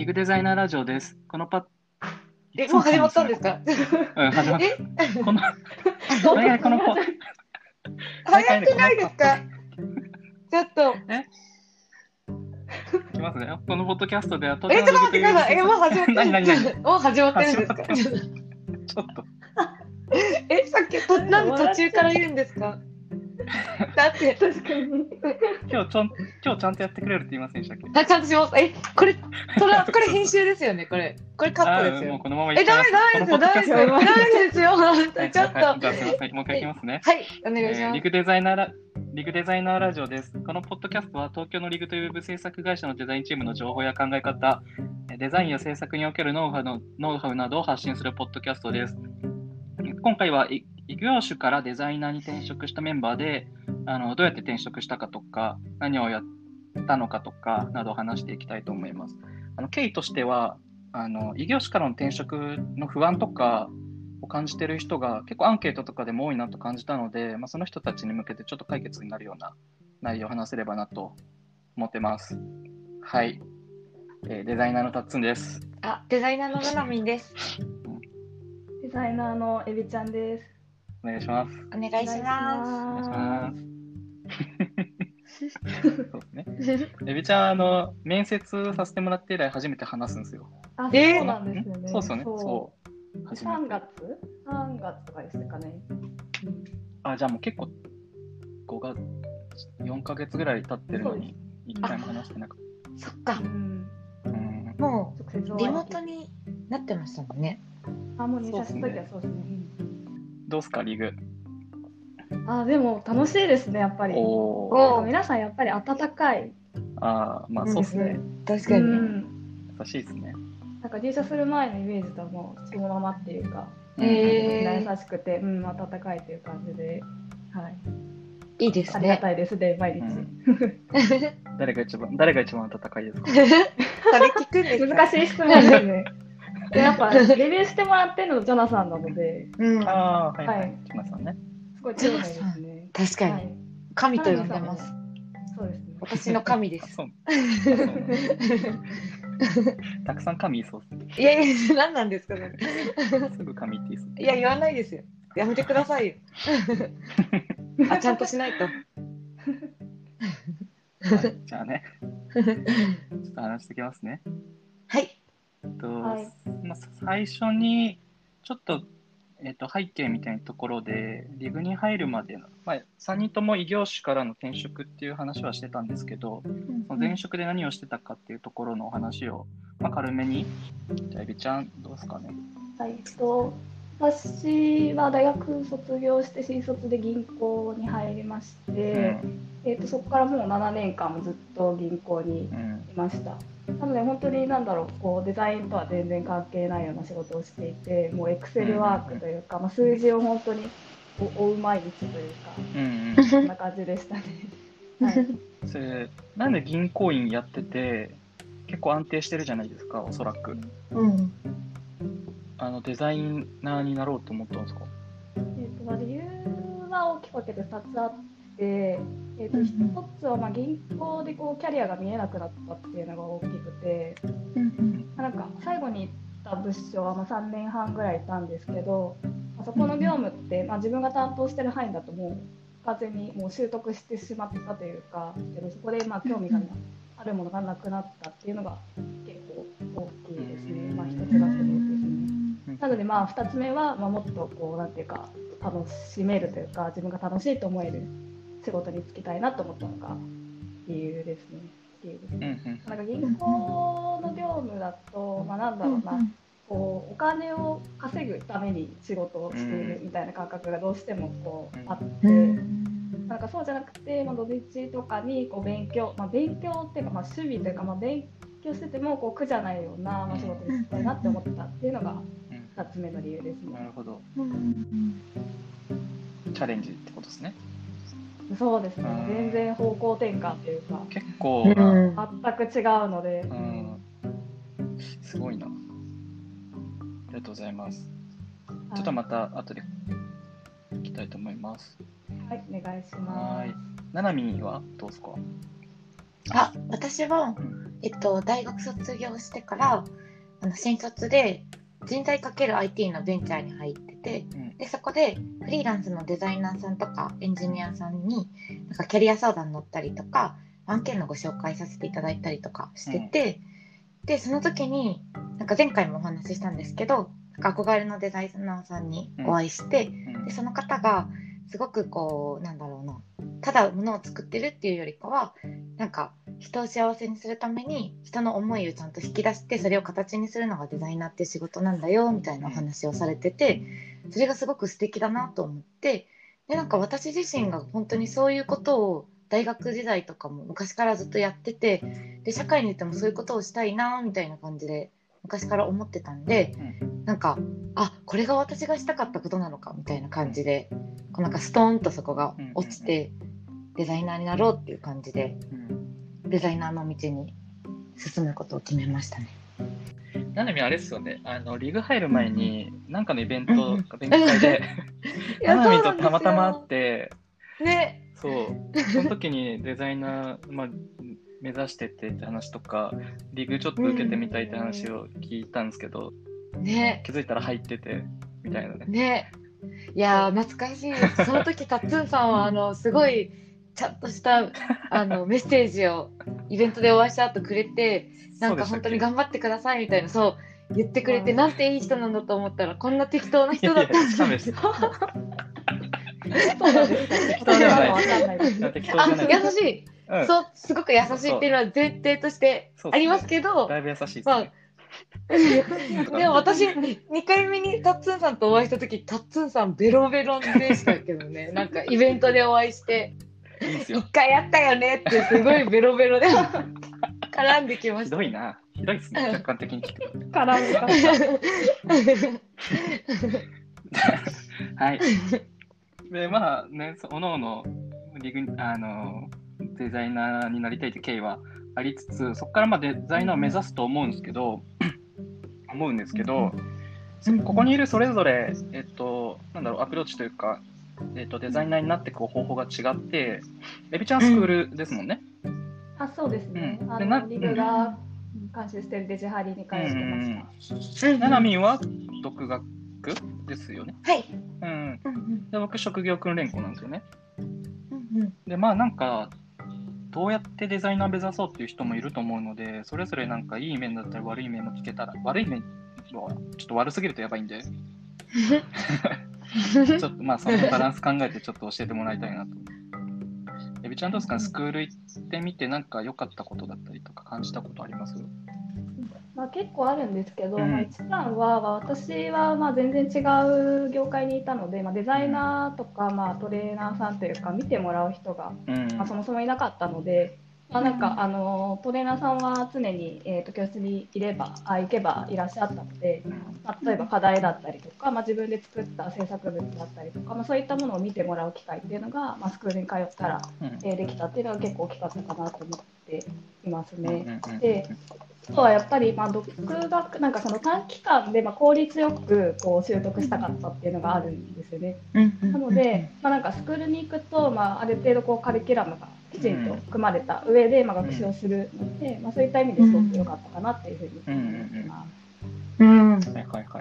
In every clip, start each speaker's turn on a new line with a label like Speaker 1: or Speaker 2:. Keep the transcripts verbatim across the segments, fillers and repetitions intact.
Speaker 1: グデザイナーラジオです。このパ
Speaker 2: え、もう始まったんですか？
Speaker 1: うん、始まった。この、毎回このポ、毎回ね、
Speaker 2: 早くないですか？ちょっと。
Speaker 1: えいきますね。このポッドキャストでは、東
Speaker 2: え、
Speaker 1: 京の
Speaker 2: ちょっと
Speaker 1: リグという
Speaker 2: 待ってください。え、もう始まって
Speaker 1: 何何何
Speaker 2: る。もう始まってるんですか？
Speaker 1: 始まってるちょっと。
Speaker 2: え、さっきと、なんで途中から言うんですか？だって、
Speaker 3: 確かに。
Speaker 1: 今日ちょん、今日ちゃんとやってくれるって言いませんでしたっけ？
Speaker 2: あ、ちゃんとします。え、これ、それは、これ編集ですよね、これ。これカットですよ。
Speaker 1: あーもうこのまま
Speaker 2: え、ダメ、
Speaker 1: いっちゃいます。
Speaker 2: ダメですよ、ダメですよ。ダメですよ、本当にちょっと。
Speaker 1: はいはいはい、じゃあすみません。もう一回いきますね。
Speaker 2: はい、お願いし
Speaker 1: えーリ
Speaker 2: ます。
Speaker 1: グデザイナーラリグデザイナーラジオです。このポッドキャストは東京のリグというウェブ制作会社のデザインチームの情報や考え方、デザインや制作におけるノウハウのノウハウなどを発信するポッドキャストです。今回は異業種からデザイナーに転職したメンバーで、あのどうやって転職したかとか、何をやったのかとかなどを話していきたいと思います。あの経緯としては、あの異業種からの転職の不安とかを感じている人が結構アンケートとかでも多いなと感じたので、まあ、その人たちに向けてちょっと解決になるような内容を話せればなと思ってます。はい、えーデザイナーのたっつんです。
Speaker 2: あ、デザイナーのななみんです。
Speaker 3: デザイナーのエビちゃんです。
Speaker 1: お願いします。
Speaker 2: お願いしま
Speaker 1: お願いし
Speaker 3: ま
Speaker 1: ます。そうですね。エビちゃん、あの面接させてもらって以来初めて話すんですよ。
Speaker 3: あ、
Speaker 2: えー
Speaker 3: そうなんですよね。
Speaker 1: そうですよね。
Speaker 3: そう
Speaker 1: そう。初めて
Speaker 3: さんがつ ?さん 月とかでしたかね。
Speaker 1: あ、じゃあもう結構ごがつ、よんかげつぐらい経ってるのに一回も話してなかっ
Speaker 2: そっか
Speaker 3: う、ん。
Speaker 1: た。うん
Speaker 2: も
Speaker 3: 直接
Speaker 2: うリモートになってましたもんね。
Speaker 3: あ、もう入社した時はそうですね。
Speaker 1: どうすか、リグ。
Speaker 3: あ、でも楽しいですね、やっぱり。
Speaker 1: お
Speaker 2: お
Speaker 1: お。
Speaker 3: なんか皆さんやっぱり温かい。
Speaker 1: ああ、まあそうっすね。
Speaker 2: 確かに。
Speaker 3: うん。
Speaker 1: 優しいですね。
Speaker 3: なんか入社する前のイメージとはもうそのままっていうか、
Speaker 2: へ
Speaker 3: みんな
Speaker 2: え
Speaker 3: 優しくて、うん、温かいという感じで、はい。
Speaker 2: いいです
Speaker 3: ありが
Speaker 2: ね。
Speaker 3: たいですね、毎日。
Speaker 1: うん誰が一番、誰が一番温かいですか？
Speaker 2: それ聞くんですか？
Speaker 3: 難しい質問ですね。でやっぱレビューしてもらってるのジョナサンなので、
Speaker 2: うん。
Speaker 1: ああ、はいは
Speaker 3: はい
Speaker 1: い。木村さんね。
Speaker 3: すごい丁寧ですね。
Speaker 2: 確かに、
Speaker 3: はい、
Speaker 2: 神と呼んでます。
Speaker 3: そうですね。
Speaker 2: 私の神です。
Speaker 1: あそうそうなんだたくさん神いそうっす
Speaker 2: いやいや、何なんですかね。
Speaker 1: すぐ神って言いそう。
Speaker 2: いや、言わないですよ。やめてくださいよ。あ、ちゃんとしないと。
Speaker 1: はい、じゃあね、ちょっと話してきますね。
Speaker 2: はい。
Speaker 1: えっと
Speaker 3: はい
Speaker 1: まあ、最初にちょっと、えっと、背景みたいなところでリグに入るまでの、まあ、さんにんとも異業種からの転職っていう話はしてたんですけど、その前職で何をしてたかっていうところのお話を、まあ、軽めに。じゃあエビちゃんどうですかね。
Speaker 3: はい、えっと私は大学卒業して新卒で銀行に入りまして、
Speaker 1: うん
Speaker 3: えっとそこからもうななねんかんもずっと銀行にいました。なので本当に何だろう、こうデザインとは全然関係ないような仕事をしていて、もうエクセルワークというか、まあ、数字を本当に追う毎日というか、
Speaker 1: うんうん、
Speaker 3: そんな感じでしたね。はい、
Speaker 1: それなんで銀行員やってて結構安定してるじゃないですか、おそらく。
Speaker 2: うん。
Speaker 1: あのデザイナーになろうと思ったんですか？
Speaker 3: えーとまあ、理由は大きく分けてふたつあって、えーとひとつはまあ銀行でこうキャリアが見えなくなったっていうのが大きくて、なんか最後に行った部署はまあさんねんはんぐらいいたんですけど、まあそこの業務って、まあ、自分が担当してる範囲だともう完全にもう習得してしまったというか、けどそこでまあ興味があるものがなくなったっていうのが結構大きいですね。まあ、一つがそれですね。なのでまあふたつめは、まあ、もっとこうなんていうか楽しめるというか、自分が楽しいと思える仕事に就きたいなと思ったのが理由ですね。理由ですね。
Speaker 1: うんうん
Speaker 3: なんか銀行の業務だと、まあ、なんだろうな、こうお金を稼ぐために仕事をしているみたいな感覚がどうしてもこうあって、なんかそうじゃなくて、まあ、土日とかにこう勉強、まあ、勉強っていうかまあ趣味というか、まあ、勉強しててもこう苦じゃないようなまあ仕事にしたいなって思ったっていうのがふたつめの理由ですね。
Speaker 1: なるほど。チャレンジってことですね。
Speaker 3: そうですね。
Speaker 1: うん
Speaker 3: 全然方向転換というか、
Speaker 1: 結構な、
Speaker 3: 全く違うので、
Speaker 1: うん、すごいな。ありがとうございます。ちょっとまた後で聞きたいと思います。
Speaker 3: はい、お願いします。
Speaker 1: ななみんはどうですか？
Speaker 2: あ、私は、 えっと、大学卒業してからあの新卒で人材 ×アイティー のベンチャーに入ってて、うん、でそこでフリーランスのデザイナーさんとかエンジニアさんになんかキャリア相談乗ったりとか案件のご紹介させていただいたりとかしてて、うん、でその時になんか前回もお話ししたんですけど、なんか憧れのデザイナーさんにお会いして、うん、でその方がすごくこうなんだろうな、ただ物を作ってるっていうよりかはなんか人を幸せにするために人の思いをちゃんと引き出してそれを形にするのがデザイナーっていう仕事なんだよみたいなお話をされてて、それがすごく素敵だなと思って、でなんか私自身が本当にそういうことを大学時代とかも昔からずっとやってて、で社会に出てもそういうことをしたいなみたいな感じで昔から思ってたんで、なんかあこれが私がしたかったことなのかみたいな感じでこうなんかストーンとそこが落ちてデザイナーになろうっていう感じでデザイナーの道に進むことを決めましたね。
Speaker 1: ななみあれですよね、あのリグ入る前に何かのイベント、うん、勉強会でななみとたまたま会って
Speaker 2: ね、
Speaker 1: そうその時にデザイナー、まあ、目指しててって話とかリグちょっと受けてみたいって話を聞いたんですけど、
Speaker 2: ね、
Speaker 1: 気づいたら入っててみたいなね。
Speaker 2: ね、いや懐かしいです。その時タッツンさんはあのすごいちゃんとしたあのメッセージをイベントでお会いした後くれて、なんか本当に頑張ってくださいみたいなそう言ってくれて、なんていい人なんだと思ったらこんな適当な人だったんですよ。
Speaker 3: そうなんですか。適当ではわかんないです。
Speaker 1: 適当じゃない。
Speaker 2: 優しい、うん、そうすごく優しいっていうのは前提としてありますけど、
Speaker 1: そうそう、だいぶ優しいですね。まあ
Speaker 2: でも私にかいめにタッツンさんとお会いした時タッツンさんベロベロでしたけどね。なんかイベントでお会いしていっかいやったよねってすごいベロベロで絡んできました。
Speaker 1: ひどいな、ひどいですね、客観的に聞くと。
Speaker 3: 絡んでま
Speaker 1: したはい。でまあね、おのおのリグあのデザイナーになりたいという経緯はありつつ、そこからまあデザイナーを目指すと思うんですけど思うんですけど、ここにいるそれぞれ、えっと、なんだろう、アプローチというか、えっと、デザイナーになっていく方法が違って、エビちゃんスクールですもんね。
Speaker 3: あ、そうですね。うん、あのリグが監修してるデジハリに通ってました。
Speaker 1: ななみんは独学ですよね。
Speaker 2: はい。
Speaker 1: うん。で、僕、職業訓練校なんですよね。で、まあなんか、どうやってデザイナー目指そうっていう人もいると思うので、それぞれなんかいい面だったり悪い面も聞けたら、悪い面はちょっと悪すぎるとやばいんでちょっとまあそのバランス考えてちょっと教えてもらいたいなと。エビちゃんどうですか、スクール行ってみてなんか良かったことだったりとか感じたことあります？
Speaker 3: まあ、結構あるんですけど、うん、まあ、一番は、まあ、私はまあ全然違う業界にいたので、まあ、デザイナーとか、まあ、トレーナーさんというか見てもらう人が、うんまあ、そもそもいなかったので、まあ、なんかあのトレーナーさんは常に、えー、と教室にいればあ行けばいらっしゃったので、まあ、例えば課題だったりとか、まあ、自分で作った制作物だったりとか、まあ、そういったものを見てもらう機会っていうのが、まあ、スクールに通ったら、えー、できたっていうのが結構大きかったかなと思っていますね。であとはやっぱり、まあ、独学なんかその短期間でまあ効率よくこう習得したかったっていうのがあるんですよね。なので、まあ、なんかスクールに行くと、まあ、ある程度こうカリキュラムがきちんと組まれた上で、まあ、学習をするので、まあ、そういった意味ですごく良かったかなっていうふうに思います。
Speaker 2: うんはい
Speaker 1: はいはい。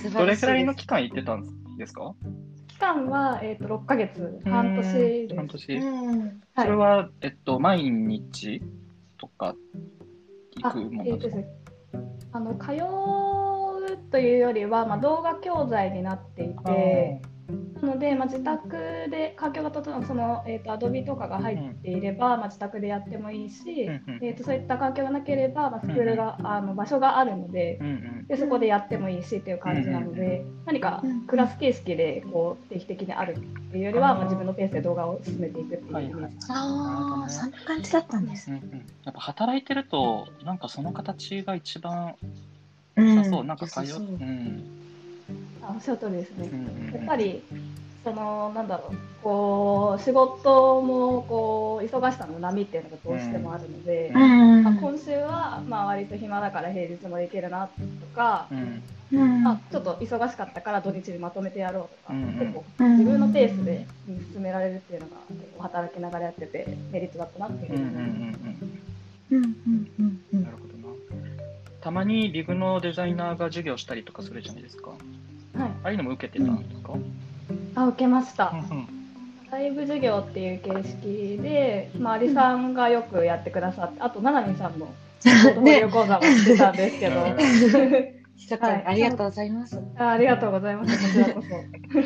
Speaker 1: どれくらいの期間行ってたんですか？
Speaker 3: 期間は、えー、とろっかげつ、半年です。
Speaker 1: 半年。うんそれは、えっと、毎日とか行くものですか？
Speaker 3: あの通うというよりは、まあ、動画教材になっていて、なので、まあ、自宅で環境が整うその、えー、と Adobe とかが入っていれば、うんまあ、自宅でやってもいいし、うんえー、とそういった環境がなければ、まあ、スクールが、うん、あの場所があるので、うん、でそこでやってもいいしっていう感じなので、うん、何かクラス形式でこう定期的にあるっていうよりは、まあ、自分のペースで動画を進めていくっていうイメージ、はいはい、
Speaker 2: ああ、そんな感じだったんですね。
Speaker 1: うんうん、やっぱ働いてるとなんかその形が一番良さそう、うん、なんか通う、うん、
Speaker 3: あ、おっしゃる通りですね。うんうん、やっぱりそのなんだろう、こう仕事もこう忙しさの波っていうのがどうしてもあるので、うんまあ、今週はまあ割と暇だから平日もできるなとか、うんまあ、ちょっと忙しかったから土日にまとめてやろうとか、うん、結構自分のペースで進められるっていうのが働きながらやっててメリットだったなっていうふうに思います。
Speaker 2: うんうんうんうん。
Speaker 1: なるほどな。たまにリグのデザイナーが授業したりとかするじゃないですか。
Speaker 3: はい。
Speaker 1: ああいうのも受けてたんですか？
Speaker 3: あ、受けまし
Speaker 1: うん
Speaker 3: た。
Speaker 1: うん
Speaker 3: ライブ授業っていう形式で、まあ、アリさんがよくやってくださって、あと、ナナミさんも、ポートフォリオ講座もしてたんですけど、
Speaker 1: うん
Speaker 2: ひさちゃん、
Speaker 3: はい、
Speaker 2: ありがとうございます。
Speaker 3: あありがとうございます、こちらこそ。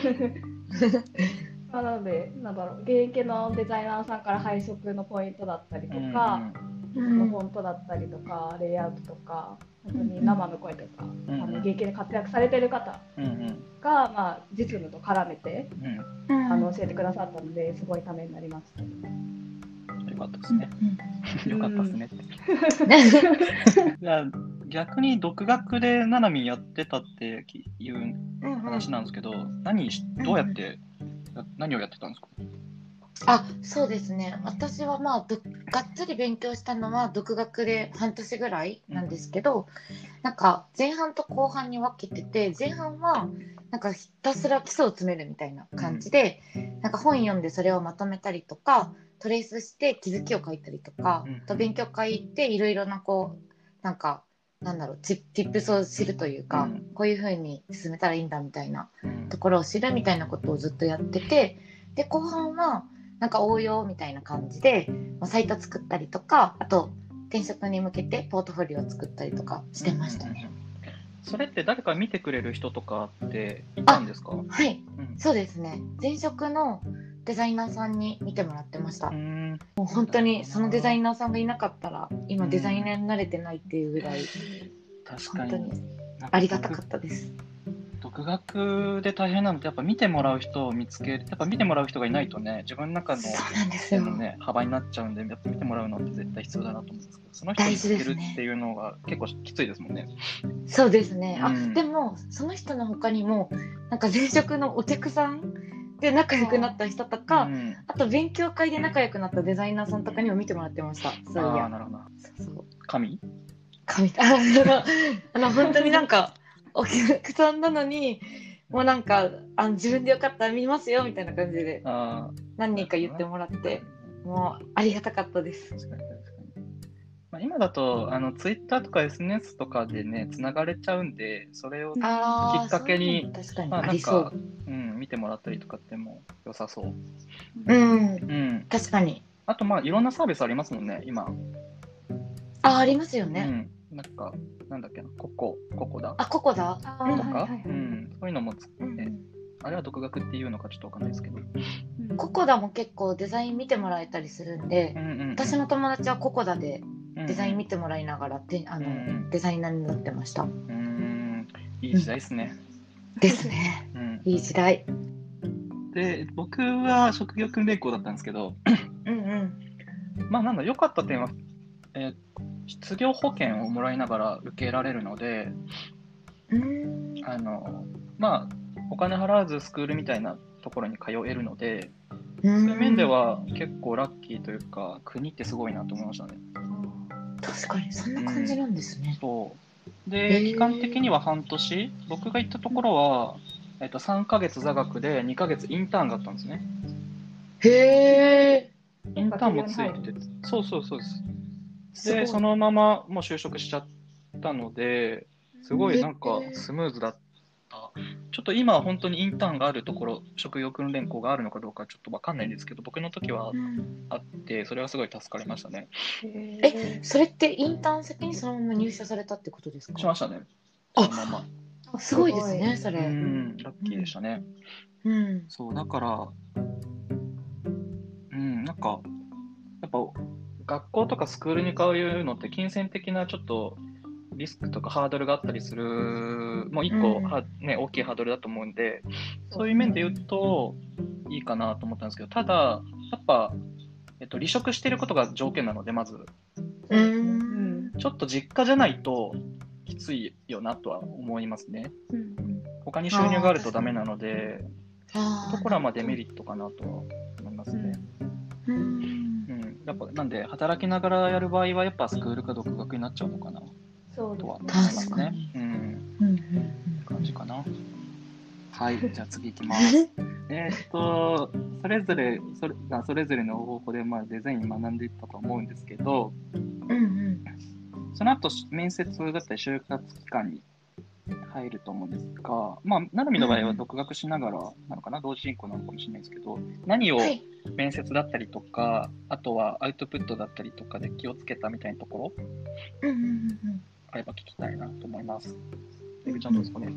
Speaker 3: まあ、なので、なんだろう、現役のデザイナーさんから配色のポイントだったりとか、
Speaker 2: う
Speaker 3: あの
Speaker 2: ん
Speaker 3: フォントだったりとか、レイアウトとか、本当に生の声とか、
Speaker 1: うん
Speaker 3: あの現役で活躍されてる方
Speaker 1: うんうん
Speaker 3: が、まあ、実務と絡めて
Speaker 1: うん
Speaker 2: うん
Speaker 3: あの教えてくださったので、すごいためになりました。
Speaker 1: よかったですね。よかったですねって。
Speaker 2: うん
Speaker 1: じゃあ逆に独学でナナミンやってたっていう
Speaker 2: うん
Speaker 1: 話なんですけど、何しどうやってや何をやってたんですか？
Speaker 2: あ、そうですね。私はまあどがっつり勉強したのは独学で半年ぐらいなんですけど、なんか前半と後半に分けてて、前半はなんかひたすら基礎を詰めるみたいな感じで、なんか本読んでそれをまとめたりとか、トレースして気づきを書いたりとか、
Speaker 1: うん
Speaker 2: あと勉強会行っていろいろなこうなんかなんだろうチティップスを知るというか、
Speaker 1: うん
Speaker 2: こういう風に進めたらいいんだみたいな
Speaker 1: うん
Speaker 2: ところを知るみたいなことをずっとやってて、で後半はなんか応用みたいな感じで、まあサイト作ったりとか、あと転職に向けてポートフォリオを作ったりとかしてましたね。
Speaker 1: それって誰か見てくれる人とかっていたんですか？
Speaker 2: はい、
Speaker 1: うん
Speaker 2: そうですね。前職のデザイナーさんに見てもらってました。
Speaker 1: うーん
Speaker 2: もう本当にそのデザイナーさんがいなかったら今デザイナーになれてないっていうぐらい
Speaker 1: 確か
Speaker 2: 本当
Speaker 1: に
Speaker 2: にありがたかったです。
Speaker 1: 独学で大変なのってやっぱ見てもらう人を見つける、やっぱ見てもらう人がいないとね、自分の中の
Speaker 2: そうなんですよ。
Speaker 1: でもね、幅になっちゃうんで、やっぱ見てもらうのって絶対必要だなと思うんですけど、その人を見つけるっていうのが結構きついですもんね。
Speaker 2: そうですね。あ、
Speaker 1: うん
Speaker 2: でもその人の他にもなんか前職のお客さんで仲良くなった人とか、
Speaker 1: うん
Speaker 2: あと勉強会で仲良くなったデザイナーさんとかにも見てもらってました。そうい
Speaker 1: ああ、
Speaker 2: や。
Speaker 1: なるほど。
Speaker 2: そうそう。
Speaker 1: 神
Speaker 2: 神あのあの本当になんかお客さんなのにもうなんかあの自分でよかったら見ますよみたいな感じで
Speaker 1: あ
Speaker 2: 何人か言ってもらってもうありがたかったです。
Speaker 1: 確かに確かに。まあ、今だとあのツイッターとか エスエヌエス とかでね、つながれちゃうんで、それを
Speaker 2: あー
Speaker 1: きっかけに
Speaker 2: そういうの確かに
Speaker 1: まあなん
Speaker 2: ありそう
Speaker 1: か、。うん、見てもらったりとかっても良さそう。
Speaker 2: うん、
Speaker 1: うん。
Speaker 2: 確かに。
Speaker 1: あとまあいろんなサービスありますもんね、今。
Speaker 2: あ、ありますよね。
Speaker 1: うん。なんか、なんだっけな、ココ、ココだ
Speaker 2: あ、ここだ。
Speaker 3: あ
Speaker 2: うん
Speaker 1: とか、
Speaker 3: はいはいはい
Speaker 1: うん、そういうのもつ、
Speaker 2: うん
Speaker 1: ね、あれは独学っていうのかちょっとわかんないですけど。
Speaker 2: ココダも結構デザイン見てもらえたりするんで、
Speaker 1: うんうんうん、
Speaker 2: 私の友達はココダでデザイン見
Speaker 1: て、
Speaker 2: てもらいながらであの、
Speaker 1: うんうん
Speaker 2: デザイナーになってました。
Speaker 1: うん、いい時代ですね。
Speaker 2: ですね。
Speaker 1: うん、
Speaker 2: いい時代。
Speaker 1: で、僕は職業訓練校だったんですけど、
Speaker 2: うんうん。
Speaker 1: まあなんだ、良かった点は、えー失業保険をもらいながら受けられるので、
Speaker 2: うーん。
Speaker 1: あの、まあ、お金払わずスクールみたいなところに通えるので、
Speaker 2: そう
Speaker 1: そういう面では結構ラッキーというか、国ってすごいなと思いましたね。
Speaker 2: 確かにそんな感じなんですね。
Speaker 1: そう
Speaker 2: へ
Speaker 1: で、
Speaker 2: ー
Speaker 1: 期間的には半年、僕が行ったところは、えっと、さんかげつ座学でにかげつインターンがあったんですね。
Speaker 2: へえ。
Speaker 1: インターンもついてて、そうそうそうです。で、
Speaker 2: すごい
Speaker 1: そのままもう就職しちゃったので、すごいなんかスムーズだった。ちょっと今は本当にインターンがあるところ、職業訓練校があるのかどうかちょっとわかんないんですけど、僕の時は
Speaker 2: うん
Speaker 1: あって、それはすごい助かりましたね。
Speaker 2: え、それってインターン先にそのまま入社されたってことですか？
Speaker 1: しましたね。
Speaker 2: あ
Speaker 1: そのまま。
Speaker 2: すごいですね、それ。
Speaker 1: うん、ラッキーでしたね。
Speaker 2: うん。
Speaker 1: そう、だから、うん、なんか、やっぱ学校とかスクールに通うのって金銭的なちょっとリスクとかハードルがあったりする、もう一個、
Speaker 2: うん
Speaker 1: はね、大きいハードルだと思うんで、そういう面で言うといいかなと思ったんですけど、ただ、やっぱ、えっと、離職していることが条件なので、まず、
Speaker 2: うーん。
Speaker 1: ちょっと実家じゃないときついよなとは思いますね。他に収入があるとダメなので、
Speaker 2: あ
Speaker 1: ところはまあデメリットかなとは思いますね。
Speaker 2: うん。
Speaker 1: うん、やっぱなんで働きながらやる場合はやっぱスクールか独学になっちゃうのかな
Speaker 3: そう
Speaker 1: とは思い
Speaker 3: ですね。
Speaker 1: ますね。うん、
Speaker 2: うんうん
Speaker 1: 感じかな。 はい、じゃあ次いきます。えっと、それぞれ、それそれぞれの方法でまあデザイン学んでいったと思うんですけど、
Speaker 2: うんうん、
Speaker 1: その後面接だったり就活期間に入ると思うんですが、まあ、ななみの場合は独学しながらなのかな、同時進行なのかもしれないですけど、何を面接だったりとか、はい、あとはアウトプットだったりとかで気をつけたみたいなところ、
Speaker 2: うんうんうん、
Speaker 1: あれば聞きたいなと思います。エビちゃんどうですかね。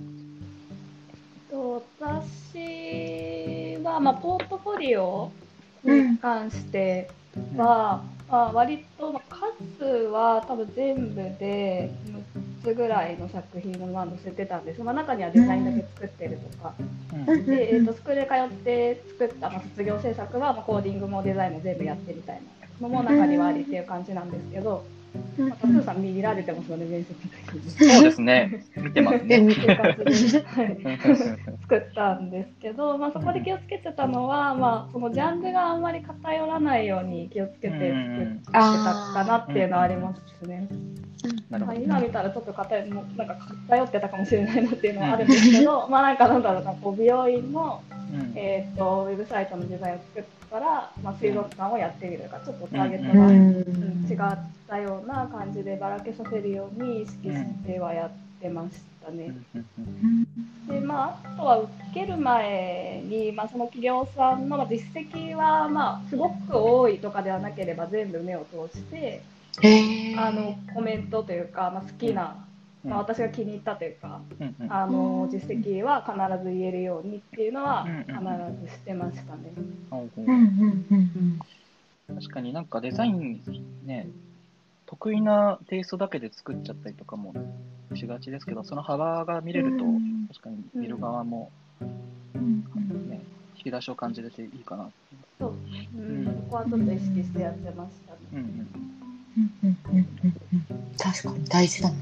Speaker 3: 私は、まあ、ポートフォリオに関しては、うん、まあ、割と、まあ、数は多分全部でむっつぐらいの作品を載せてたんです。まあ、中にはデザインだけ作ってるとか、うん、で、えーと、スクール通って作った、まあ、卒業制作は、まあ、コーディングもデザインも全部やってみたいなのも中にはありっていう感じなんですけど、また、プーさん見られてますよね、面接の時に。
Speaker 1: そうですね。見てますね。
Speaker 3: 見て感じで、はい、作ったんですけど、まあ、そこで気をつけてたのは、まあ、そのジャンルがあんまり偏らないように気をつけて作ってたかなっていうのはありますね。まあ、今見たらちょっと偏もなんか偏ってたかもしれないなっていうのはあるんですけど、まあなんかなんだろうな、こう美容院の、えー、とウェブサイトのデザインを作ったら、まあ、水族館をやってみるとか、ちょっとターゲットが、うん、違ったような感じでばらけさせるように意識してはやってましたね。で、まあ、あとは受ける前に、まあ、その企業さんの実績は、まあ、すごく多いとかではなければ全部目を通して、あのコメントというか、まあ、好きな、まあ、私が気に入ったというか、あの実績は必ず言えるようにっていうのは必ずしてましたね。
Speaker 1: 確かになんかデザインね、得意なテイストだけで作っちゃったりとかもしがちですけど、その幅が見れると確かに見る側も、ね、引き出しを感じれていいかな。
Speaker 3: そうですね、うん、そこはちょっと意識してやってましたね。うんうん
Speaker 2: 確かに大事だな。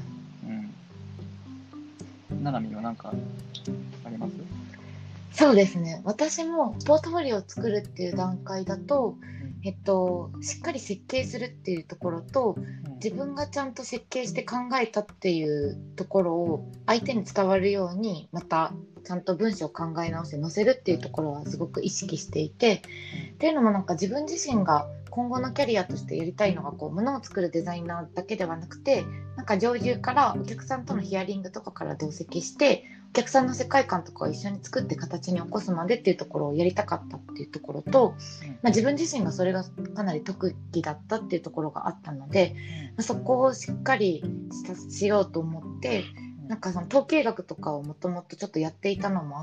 Speaker 1: うん。ななみは何かあります？
Speaker 2: そうですね。私もポートフォリオを作るっていう段階だと、えっと、しっかり設計するっていうところと、自分がちゃんと設計して考えたっていうところを相手に伝わるようにまたちゃんと文章を考え直して載せるっていうところはすごく意識していて、っていうのもなんか自分自身が今後のキャリアとしてやりたいのがこう物を作るデザイナーだけではなくて、なんか上流からお客さんとのヒアリングとかから同席してお客さんの世界観とかを一緒に作って形に起こすまでっていうところをやりたかったっていうところと、まあ、自分自身がそれがかなり特技だったっていうところがあったので、まあ、そこをしっかり し, しようと思って、なんかその統計学とかをもともとちょっとやっていたのもあって、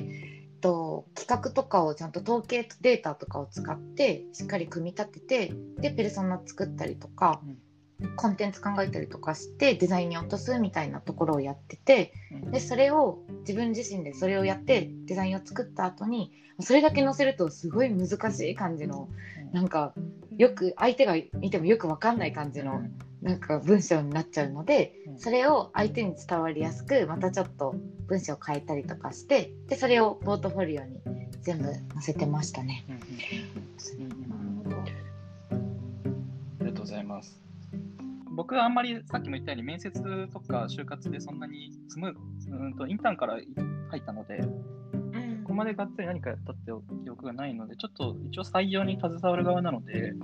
Speaker 2: と企画とかをちゃんと統計データとかを使ってしっかり組み立てて、でペルソナ作ったりとか、コンテンツ考えたりとかしてデザインに落とすみたいなところをやってて、でそれを自分自身でそれをやってデザインを作った後にそれだけ載せるとすごい難しい感じの、なんかよく相手が見てもよく分かんない感じのなんか文章になっちゃうので、それを相手に伝わりやすくまたちょっと文章を変えたりとかして、でそれをポートフォリオに全部載せてましたね。
Speaker 1: ありがとうございます。僕はあんまりさっきも言ったように面接とか就活でそんなにスムうんとインターンから入ったので、うん、ここまでがっつり何かやったって記憶がないので、ちょっと一応採用に携わる側なので、うん、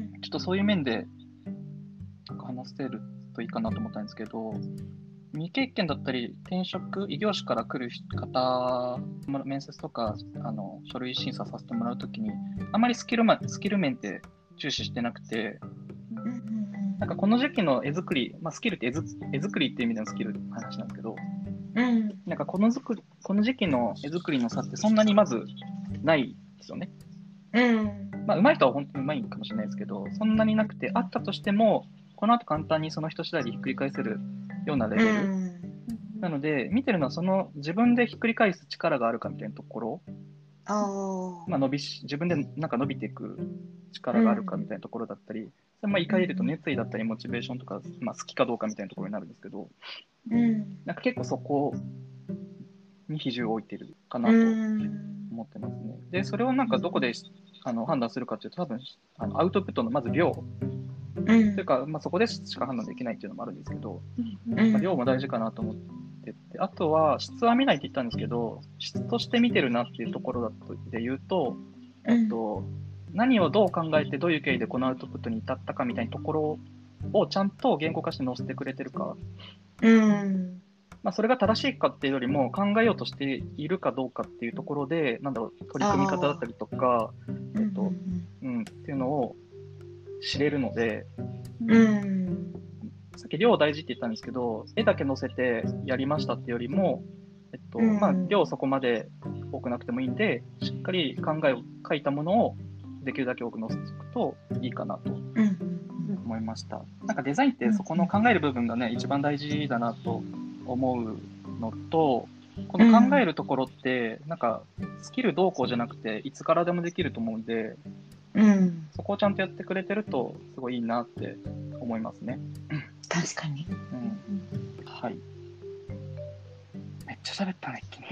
Speaker 1: ちょっとそういう面で話せるといいかなと思ったんですけど、未経験だったり転職異業種から来る方、面接とかあの書類審査させてもらうときにあまりスキルマスキル面って重視してなくて、なんかこの時期の絵作り、まあ、スキルって絵作絵作りっていう意味でのスキルの話なんですけど、うん、なんかこの作りこの時期の絵作りの差ってそんなにまずないですよね。うんまあ、上手い人は本当に上手いかもしれないですけど、そんなになくて、あったとしてもこの後簡単にその人次第でひっくり返せるようなレベル、うん、なので見てるのはその自分でひっくり返す力があるかみたいなところ、あ、まあ、伸びし自分でなんか伸びていく力があるかみたいなところだったり、うんまあ、言い換えると熱意だったりモチベーションとか、まあ、好きかどうかみたいなところになるんですけど、うん、なんか結構そこに比重を置いてるかなと思ってますね。でそれをなんかどこであの判断するかというと、多分あのアウトプットのまず量、うん、というか、まあ、そこでしか判断できないっていうのもあるんですけど、うんまあ、量も大事かなと思ってて、あとは質は見ないって言ったんですけど、質として見てるなっていうところだとで言うと、えっと、何をどう考えてどういう経緯でこのアウトプットに至ったかみたいなところをちゃんと言語化して載せてくれてるか、
Speaker 2: うん
Speaker 1: まあ、それが正しいかっていうよりも考えようとしているかどうかっていうところで、なんだろう、取り組み方だったりとか、えっとうん、っていうのを知れるので、
Speaker 2: うん
Speaker 1: さっき量大事って言ったんですけど、絵だけ載せてやりましたっていうよりも、えっとまあ、量そこまで多くなくてもいいんで、しっかり考えを書いたものをできるだけ多く載せておくといいかなと思いました。なんかデザインってそこの考える部分がね、一番大事だなと思うのと、この考えるところって、なんかスキルどうこうじゃなくて、いつからでもできると思うんで、
Speaker 2: うん、
Speaker 1: そこをちゃんとやってくれてると、すごいいいなって思いますね。
Speaker 2: 確かに。
Speaker 1: うん、はい。めっちゃ喋ったね、一気に。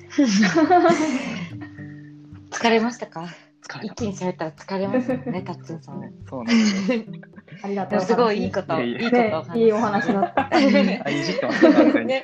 Speaker 2: 疲れましたか？
Speaker 1: 疲れた。
Speaker 2: 一気に喋ったら疲れますよね、タッツンさんも。
Speaker 1: そうなんですよ。
Speaker 3: ありがとう。
Speaker 2: すごいいいこと、
Speaker 1: いやいや
Speaker 2: いいこと
Speaker 3: ね、いいお話だった。
Speaker 1: あ、いじってますね。
Speaker 2: ね。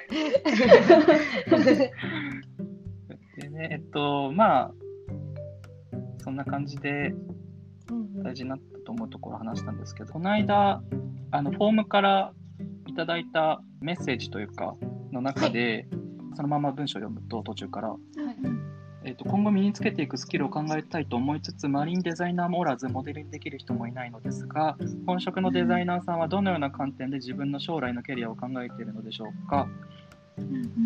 Speaker 1: でね、えっと、まあ、そんな感じで大事になったと思うところを話したんですけど、この間、あのフォームからいただいたメッセージというか、の中で、はい、そのまま文章を読むと、途中から、はい、えっと、今後身につけていくスキルを考えたいと思いつつ、マリンデザイナーもおらず、モデルにできる人もいないのですが、本職のデザイナーさんはどのような観点で自分の将来のキャリアを考えているのでしょうか、うんうん、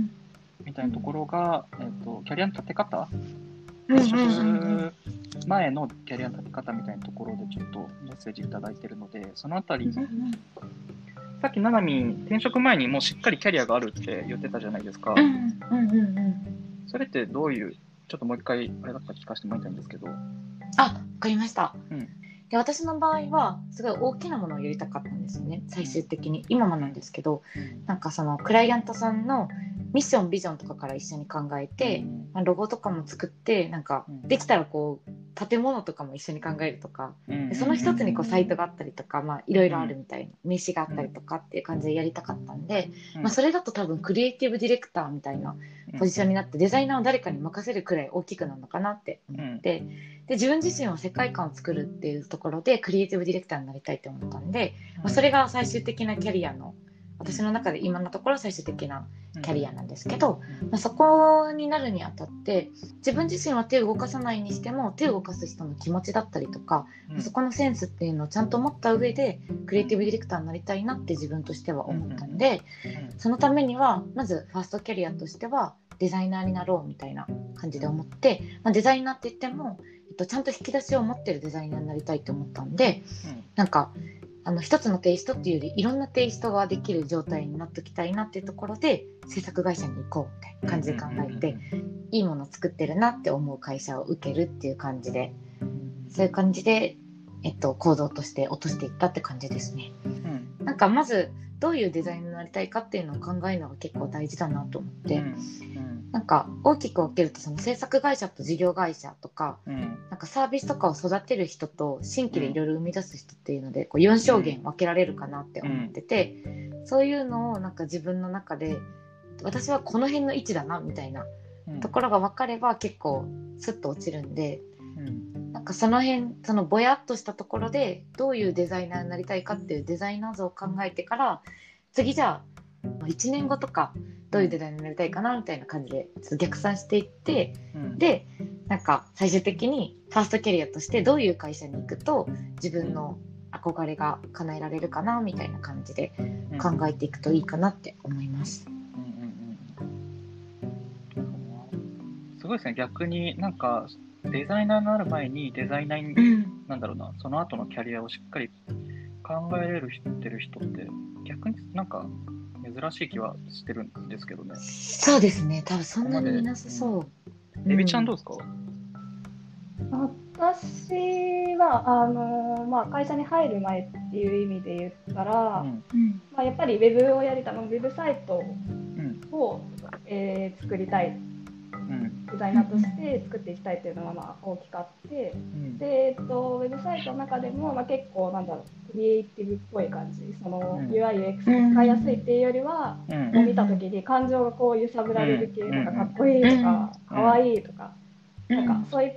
Speaker 1: みたいなところが、えっと、キャリアの立て方、本職前のキャリアの立て方みたいなところでちょっとメッセージいただいているので、そのあたり、さっきななみん転職前にもうしっかりキャリアがあるって言ってたじゃないですか。それってどういう、ちょっともう一回あれだったら聞かせてもらいたいんですけど。
Speaker 2: あ、わかりました。
Speaker 1: うん、
Speaker 2: で私の場合はすごい大きなものをやりたかったんですよね、最終的に。今もなんですけど、なんかそのクライアントさんのミッションビジョンとかから一緒に考えて、まあ、ロゴとかも作って、なんかできたらこう建物とかも一緒に考えるとか、でその一つにこうサイトがあったりとか、まあいろいろあるみたいな、名刺があったりとかっていう感じでやりたかったんで、まあ、それだと多分クリエイティブディレクターみたいなポジションになって、デザイナーを誰かに任せるくらい大きくなるのかなって思って、で自分自身は世界観を作るっていうところでクリエイティブディレクターになりたいと思ったんで、まあ、それが最終的なキャリアの、私の中で今のところ最終的なキャリアなんですけど、まあ、そこになるにあたって自分自身は手を動かさないにしても手を動かす人の気持ちだったりとか、うん、そこのセンスっていうのをちゃんと持った上でクリエイティブディレクターになりたいなって自分としては思ったんで、そのためにはまずファーストキャリアとしてはデザイナーになろうみたいな感じで思って、まあ、デザイナーって言っても、えっと、ちゃんと引き出しを持ってるデザイナーになりたいと思ったんで、うん、なんかあの一つのテイストっていうよりいろんなテイストができる状態になっておきたいなっていうところで制作会社に行こうみたいな感じで考えて、いいものを作ってるなって思う会社を受けるっていう感じで、そういう感じで、えっと、行動として落としていったって感じですね、うん、なんかまずどういうデザインになりたいかっていうのを考えるのが結構大事だなと思って、うんうん、なんか大きく分けるとその制作会社と事業会社とか、うん、なんかサービスとかを育てる人と新規でいろいろ生み出す人っていうのでこうよん証言分けられるかなって思ってて、うん、そういうのをなんか自分の中で私はこの辺の位置だなみたいなところが分かれば結構スッと落ちるんで、うん、なんかその辺そのぼやっとしたところでどういうデザイナーになりたいかっていうデザイナー像を考えてから次じゃあいちねんごとかどういうデザイナーになりたいかなみたいな感じでちょっと逆算していって、うん、でなんか最終的にファーストキャリアとしてどういう会社に行くと自分の憧れが叶えられるかなみたいな感じで考えていくといいかなって思います、うん
Speaker 1: うんうん、すごいですね。逆になんかデザイナーになる前にデザイナーに、うん、なんだろうな、その後のキャリアをしっかり考えれる人ってる人って逆になんか珍しい気はしてるんですけどね。
Speaker 2: そうですね。多分そんなにいなさそう。
Speaker 1: うん、エビちゃんどうですか？
Speaker 3: 私はあの、まあ、会社に入る前っていう意味で言ったら、うんまあ、やっぱりウェブをやりたい、ウェブサイトを、うんえー、作りたい、うん、デザイナーとして作っていきたいというのはまあ大きくあって、うん、で、えっと、ウェブサイトの中でも、まあ、結構なんだろうクリエイティブっぽい感じ、その、
Speaker 1: うん、
Speaker 3: ユーアイユーエックス が使いやすいっていうよりは、
Speaker 1: うん、
Speaker 3: もう見た時に感情がこう揺さぶられる系、
Speaker 1: うん、
Speaker 3: なんかかっこいいとか、
Speaker 1: うん、
Speaker 3: かわいいとか、
Speaker 2: うん、
Speaker 3: なんかそういった、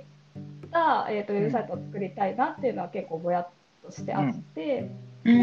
Speaker 3: えーと、ウェブサイトを作りたいなっていうのは結構ぼやっとしてあって、
Speaker 2: うん、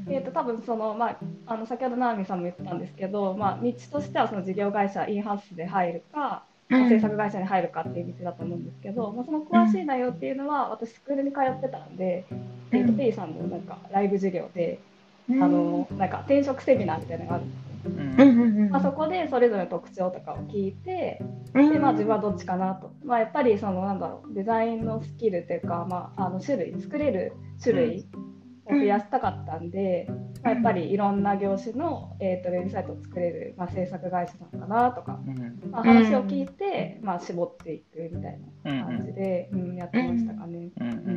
Speaker 3: で、えーと、多分その、まあ、あの先ほど直美さんも言ってたんですけど、まあ、道としてはその事業会社インハウスで入るか、まあ、制作会社に入るかっていう道だと思うんですけど、まあ、その詳しい内容っていうのは私スクールに通ってたんで、えーと、P さんのなんかライブ授業で、あのなんか転職セミナーみたいなのがあるんですね。まあ、そこでそれぞれの特徴とかを聞いて、で、まあ、自分はどっちかなと、まあ、やっぱりそのなんだろうデザインのスキルというか、まあ、あの種類作れる種類を増やしたかったんで、まあ、やっぱりいろんな業種の、えーと、ウェブサイトを作れる、まあ、制作会社なのかなとか、まあ、話を聞いて、まあ、絞っていくみたいな感じで、うんうん、やってましたかね。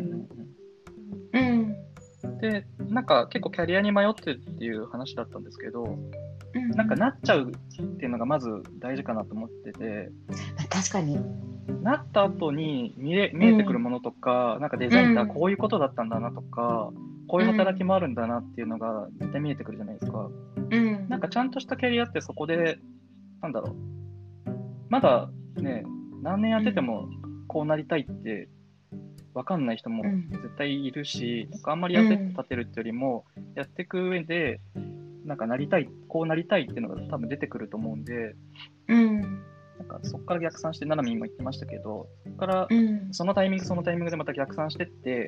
Speaker 1: で、なんか結構キャリアに迷ってっていう話だったんですけど、なんかなっちゃうっていうのがまず大事かなと思ってて、
Speaker 2: 確かに
Speaker 1: なった後に見え、見えてくるものとか、うん、なんかデザインってこういうことだったんだなとか、うん、こういう働きもあるんだなっていうのが絶対見えてくるじゃないですか。うん、なんかちゃんとしたキャリアってそこで、なんだろう、まだね、何年やっててもこうなりたいって分かんない人も絶対いるし、なんかあんまり焦って立てるってよりも、やっていく上で、なんかなりたい、こうなりたいっていうのが多分出てくると思うんで、うん、なんかそこから逆算して、ななみんも言ってましたけど、そこからそのタイミングそのタイミングでまた逆算してって、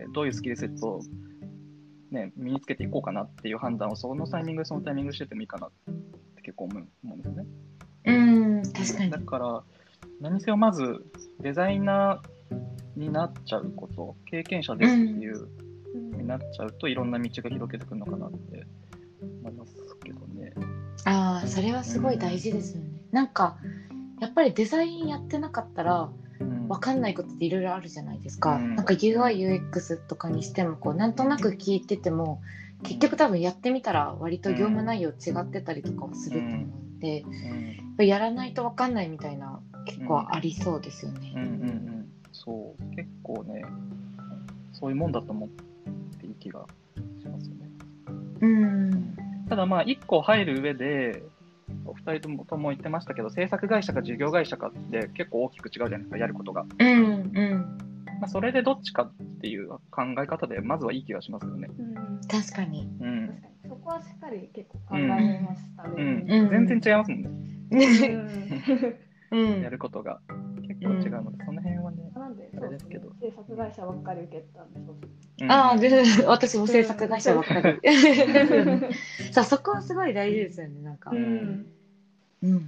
Speaker 1: どういうスキルセットを、ね、身につけていこうかなっていう判断をそのタイミングそのタイミングしててもいいかなって結構思うんですよね。
Speaker 2: うん、確かに。
Speaker 1: だから何せよまずデザイナーになっちゃうこと、経験者ですっていうになっちゃうと、いろんな道が広げてくるのかなって思いますけどね。
Speaker 2: ああ、それはすごい大事ですよね。うん、なんかやっぱりデザインやってなかったら分かんないことっていろいろあるじゃないですか。うん、なんか ユーアイユーエックス とかにしてもこうなんとなく聞いてても、結局多分やってみたら割と業務内容違ってたりとかはすると思うんで、うん、やっぱやらないと分かんないみたいな結構ありそうですよね。
Speaker 1: うんうんうん、そう結構ね、そういうもんだと思っていい気がしますよね。うん、ただまあいっこ入る上でお二人ともとも言ってましたけど、制作会社か事業会社かって結構大きく違うじゃないですか、やることが。うんうんまあ、それでどっちかっていう考え方でまずはいい気がしますよね。うん、
Speaker 2: 確かに、
Speaker 3: うん、確かにそこはしっかり結構考えましたね。
Speaker 1: うんうん、全然違いますもんね。うん、やることが結構違うので、うん、その辺はね、
Speaker 3: なんでそうですけど、制作会社ばっかり受けたんで、そう
Speaker 2: そう、ああ、私も制作会社ばっかり。さあ、そこはすごい大事ですよね、なんか。うん
Speaker 1: うんうん、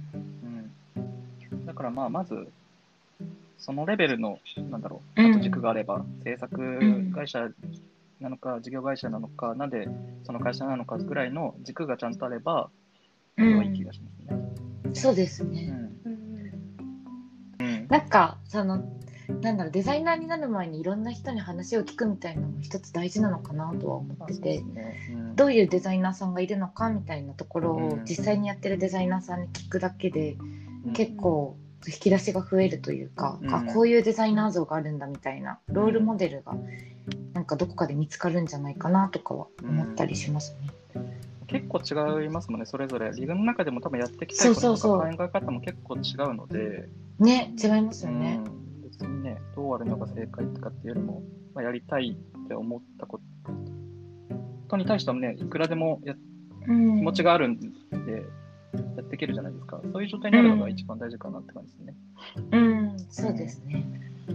Speaker 1: だからまあまずそのレベルのなんだろう、あと軸があれば、うん、制作会社なのか事業会社なのか、なんでその会社なのかぐらいの軸がちゃんとあれば、それはいい気がしますね。
Speaker 2: うん、そうですね。うんうん、なんかそのなんだろう、デザイナーになる前にいろんな人に話を聞くみたいなのも一つ大事なのかなとは思ってて、ねうん、どういうデザイナーさんがいるのかみたいなところを実際にやってるデザイナーさんに聞くだけで、うん、結構引き出しが増えるというか、うん、あこういうデザイナー像があるんだみたいなロールモデルがなんかどこかで見つかるんじゃないかなとかは思ったりしますね。
Speaker 1: うん、結構違いますもんね、それぞれリグの中でも多分やってきたいこととか考え方も結構違うので、
Speaker 2: ね、違いますよね。
Speaker 1: うん別にね、どうあるのが正解とかっていうよりも、まあ、やりたいって思ったことに対してはね、いくらでもや、うん、気持ちがあるんでやっていけるじゃないですか。そういう状態になるのが一番大事かなって感じですね。
Speaker 2: うん、うん、そうですね。うん、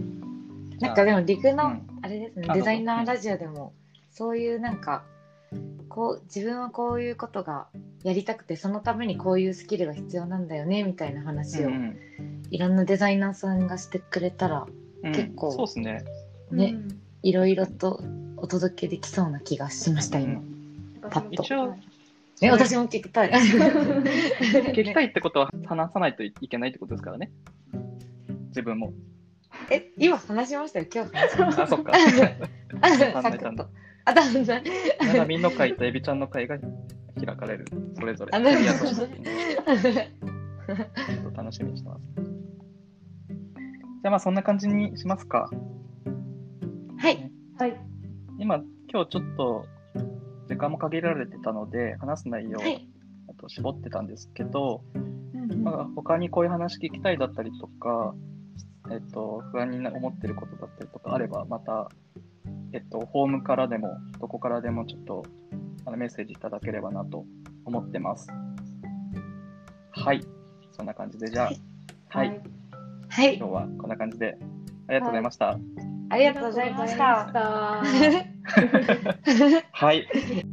Speaker 2: なんかでもリグの、うん、あれですね、デザイナーラジオでもそういうなんかこう自分はこういうことがやりたくてそのためにこういうスキルが必要なんだよねみたいな話を、うん、いろんなデザイナーさんがしてくれたら、うん、結構
Speaker 1: そうですね、
Speaker 2: ね、うん、いろいろとお届けできそうな気がしました今、うん、パッと。
Speaker 1: 一応
Speaker 2: え私も聞きたい
Speaker 1: 聞きたいってことは話さないといけないってことですからね、自分も。
Speaker 2: え今話しましたよ、今日話しました。
Speaker 1: あそっか
Speaker 2: サクッとあ、だんだん。
Speaker 1: ななみんの会とエビちゃんの会が開かれる、それぞれ。
Speaker 2: あ、
Speaker 1: なるほど。ちょっと楽しみにしてます。じゃあまあそんな感じにしますか。
Speaker 2: はい。はい。
Speaker 1: 今、今日ちょっと時間も限られてたので話す内容を、
Speaker 2: はい、
Speaker 1: あと絞ってたんですけど、
Speaker 2: うんうん、
Speaker 1: まあ、他にこういう話聞きたいだったりとか、えっと、不安に思ってることだったりとかあれば、また、えっと、ホームからでもどこからでもちょっとあのメッセージいただければなと思ってます。はい、そんな感じで、じゃあ、はい、はいはい、今日はこんな感じでありがとうございました。はい、
Speaker 2: ありがとうございました。
Speaker 3: はい。